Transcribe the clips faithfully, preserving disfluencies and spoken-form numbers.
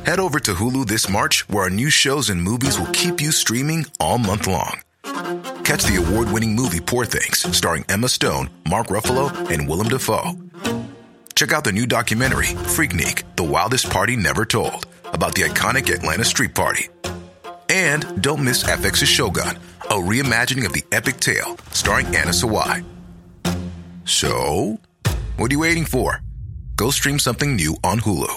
Head over to Hulu this March, where our new shows and movies will keep you streaming all month long. Catch the award-winning movie Poor Things, starring Emma Stone, Mark Ruffalo, and Willem Dafoe. Check out the new documentary, Freaknik, The Wildest Party Never Told, about the iconic Atlanta Street Party. And don't miss F X's Shogun, a reimagining of the epic tale, starring Anna Sawai. So, what are you waiting for? Go stream something new on Hulu.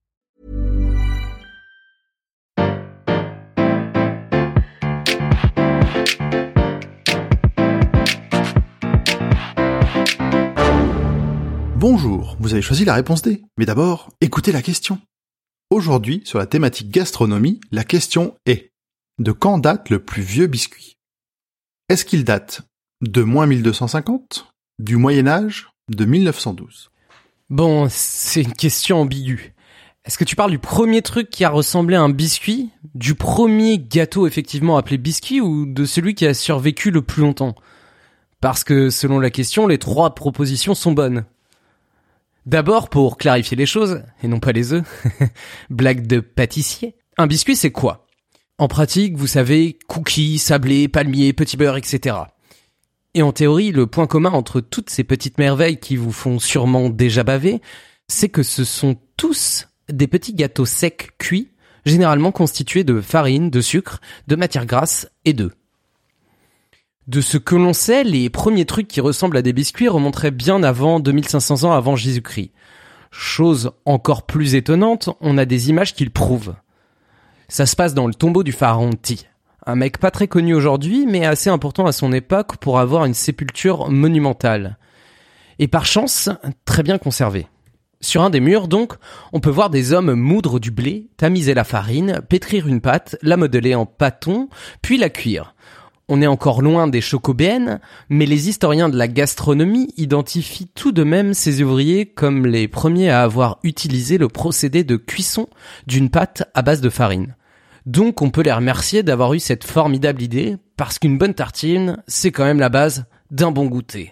Bonjour, vous avez choisi la réponse D. Mais d'abord, écoutez la question. Aujourd'hui, sur la thématique gastronomie, la question est: de quand date le plus vieux biscuit? Est-ce qu'il date de moins mille deux cent cinquante, du Moyen-Âge, de mille neuf cent douze? Bon, c'est une question ambiguë. Est-ce que tu parles du premier truc qui a ressemblé à un biscuit, du premier gâteau effectivement appelé biscuit, ou de celui qui a survécu le plus longtemps? Parce que selon la question, les trois propositions sont bonnes. D'abord, pour clarifier les choses, et non pas les œufs, blague de pâtissier, un biscuit c'est quoi? En pratique, vous savez, cookies, sablé, palmier, petit beurre, et cetera. Et en théorie, le point commun entre toutes ces petites merveilles qui vous font sûrement déjà baver, c'est que ce sont tous des petits gâteaux secs cuits, généralement constitués de farine, de sucre, de matière grasse et d'œufs. De ce que l'on sait, les premiers trucs qui ressemblent à des biscuits remonteraient bien avant deux mille cinq cents ans avant Jésus-Christ. Chose encore plus étonnante, on a des images qui le prouvent. Ça se passe dans le tombeau du pharaon Ti, un mec pas très connu aujourd'hui, mais assez important à son époque pour avoir une sépulture monumentale. Et par chance, très bien conservée. Sur un des murs, donc, on peut voir des hommes moudre du blé, tamiser la farine, pétrir une pâte, la modeler en pâton, puis la cuire. On est encore loin des chocobéennes, mais les historiens de la gastronomie identifient tout de même ces ouvriers comme les premiers à avoir utilisé le procédé de cuisson d'une pâte à base de farine. Donc on peut les remercier d'avoir eu cette formidable idée, parce qu'une bonne tartine, c'est quand même la base d'un bon goûter.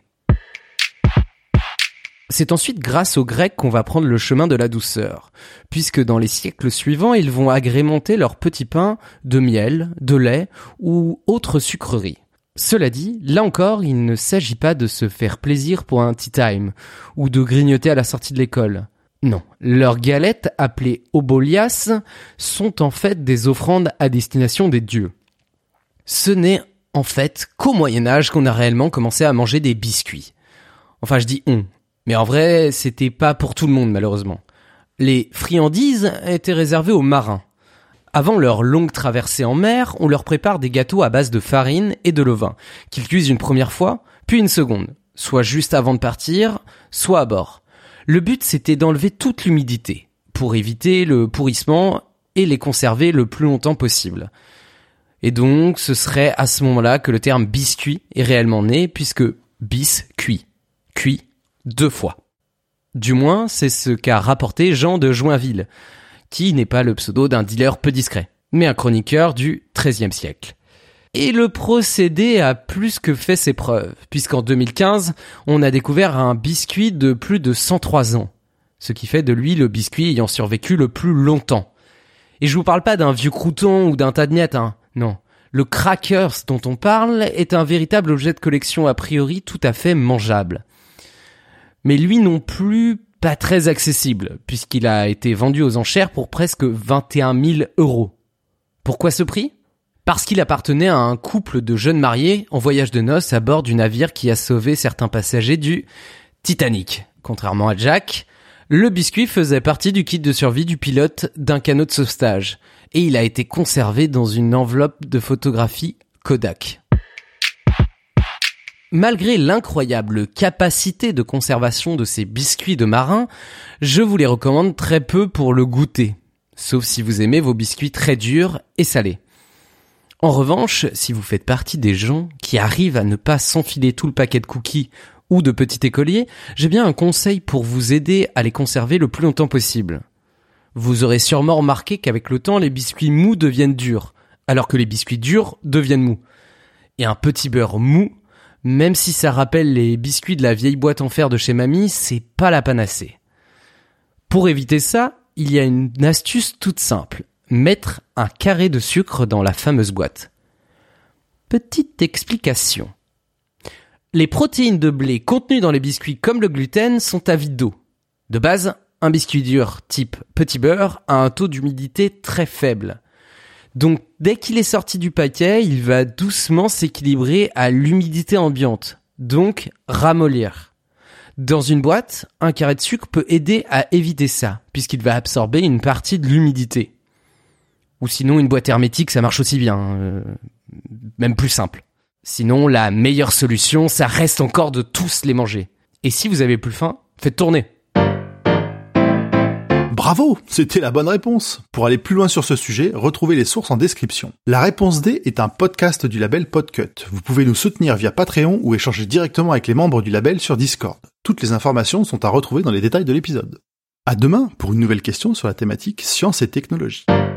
C'est ensuite grâce aux Grecs qu'on va prendre le chemin de la douceur, puisque dans les siècles suivants, ils vont agrémenter leur petit pain de miel, de lait ou autres sucreries. Cela dit, là encore, il ne s'agit pas de se faire plaisir pour un tea time, ou de grignoter à la sortie de l'école. Non, leurs galettes, appelées obolias, sont en fait des offrandes à destination des dieux. Ce n'est en fait qu'au Moyen-Âge qu'on a réellement commencé à manger des biscuits. Enfin, je dis on. Mais en vrai, c'était pas pour tout le monde, malheureusement. Les friandises étaient réservées aux marins. Avant leur longue traversée en mer, on leur prépare des gâteaux à base de farine et de levain, qu'ils cuisent une première fois, puis une seconde, soit juste avant de partir, soit à bord. Le but, c'était d'enlever toute l'humidité, pour éviter le pourrissement et les conserver le plus longtemps possible. Et donc, ce serait à ce moment-là que le terme biscuit est réellement né, puisque bis, cuit, cuit, deux fois. Du moins, c'est ce qu'a rapporté Jean de Joinville, qui n'est pas le pseudo d'un dealer peu discret, mais un chroniqueur du treizième siècle. Et le procédé a plus que fait ses preuves, puisqu'en deux mille quinze, on a découvert un biscuit de plus de cent trois ans, ce qui fait de lui le biscuit ayant survécu le plus longtemps. Et je vous parle pas d'un vieux crouton ou d'un tas de miettes, hein, non. Le crackers dont on parle est un véritable objet de collection a priori tout à fait mangeable. Mais lui non plus pas très accessible, puisqu'il a été vendu aux enchères pour presque vingt et un mille euros. Pourquoi ce prix ? Parce qu'il appartenait à un couple de jeunes mariés en voyage de noces à bord du navire qui a sauvé certains passagers du Titanic. Contrairement à Jack, le biscuit faisait partie du kit de survie du pilote d'un canot de sauvetage, et il a été conservé dans une enveloppe de photographie Kodak. Malgré l'incroyable capacité de conservation de ces biscuits de marins, je vous les recommande très peu pour le goûter, sauf si vous aimez vos biscuits très durs et salés. En revanche, si vous faites partie des gens qui arrivent à ne pas s'enfiler tout le paquet de cookies ou de petits écoliers, j'ai bien un conseil pour vous aider à les conserver le plus longtemps possible. Vous aurez sûrement remarqué qu'avec le temps, les biscuits mous deviennent durs, alors que les biscuits durs deviennent mous. Et un petit beurre mou, même si ça rappelle les biscuits de la vieille boîte en fer de chez mamie, c'est pas la panacée. Pour éviter ça, il y a une astuce toute simple. Mettre un carré de sucre dans la fameuse boîte. Petite explication. Les protéines de blé contenues dans les biscuits comme le gluten sont avides d'eau. De base, un biscuit dur type petit beurre a un taux d'humidité très faible. Donc, dès qu'il est sorti du paquet, il va doucement s'équilibrer à l'humidité ambiante, donc ramollir. Dans une boîte, un carré de sucre peut aider à éviter ça, puisqu'il va absorber une partie de l'humidité. Ou sinon, une boîte hermétique, ça marche aussi bien, euh, même plus simple. Sinon, la meilleure solution, ça reste encore de tous les manger. Et si vous avez plus faim, faites tourner. Bravo, c'était la bonne réponse. Pour aller plus loin sur ce sujet, retrouvez les sources en description. La réponse D est un podcast du label Podcut. Vous pouvez nous soutenir via Patreon ou échanger directement avec les membres du label sur Discord. Toutes les informations sont à retrouver dans les détails de l'épisode. À demain pour une nouvelle question sur la thématique science et technologie.